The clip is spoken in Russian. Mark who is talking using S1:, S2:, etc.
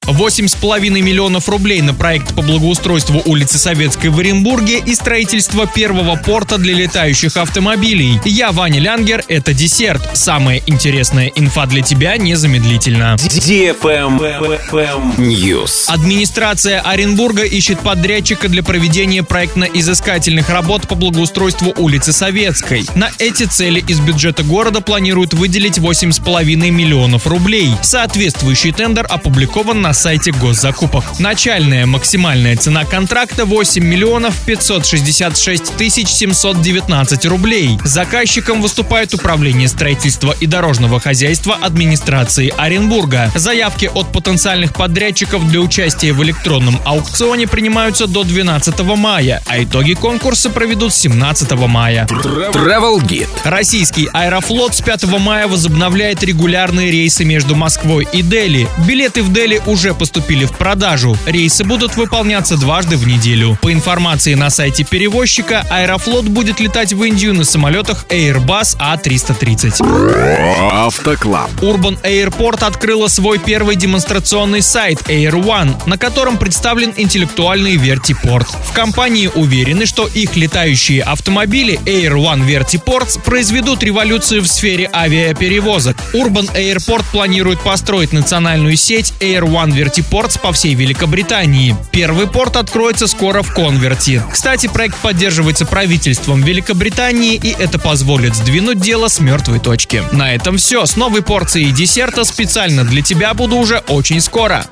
S1: 8,5 миллионов рублей на проект по благоустройству улицы Советской в Оренбурге и строительство первого порта для летающих автомобилей. Я Ваня Лянгер, это десерт. Самая интересная инфа для тебя незамедлительно.
S2: News.
S1: Администрация Оренбурга ищет подрядчика для проведения проектно-изыскательных работ по благоустройству улицы Советской. На эти цели из бюджета города планируют выделить 8,5 миллионов рублей. Соответствующий тендер опубликован на сайте госзакупок. Начальная максимальная цена контракта 8 миллионов 566 тысяч 719 рублей. Заказчиком выступает Управление строительства и дорожного хозяйства администрации Оренбурга. Заявки от потенциальных подрядчиков для участия в электронном аукционе принимаются до 12 мая, а итоги конкурса проведут 17 мая.
S2: Travel Guide.
S1: Российский Аэрофлот с 5 мая возобновляет регулярные рейсы между Москвой и Дели. Билеты в Дели уже поступили в продажу. Рейсы будут выполняться дважды в неделю. По информации на сайте перевозчика, Аэрофлот будет летать в Индию на самолетах Airbus A330.
S2: Автоклаб.
S1: Urban Airport открыла свой первый демонстрационный сайт Air One, на котором представлен интеллектуальный Vertiport. В компании уверены, что их летающие автомобили Air One Vertiports произведут революцию в сфере авиаперевозок. Urban Airport планирует построить национальную сеть Air One Vertiports по всей Великобритании. Первый порт откроется скоро в Конверте. Кстати, проект поддерживается правительством Великобритании, и это позволит сдвинуть дело с мертвой точки. На этом все. С новой порцией десерта специально для тебя буду уже очень скоро.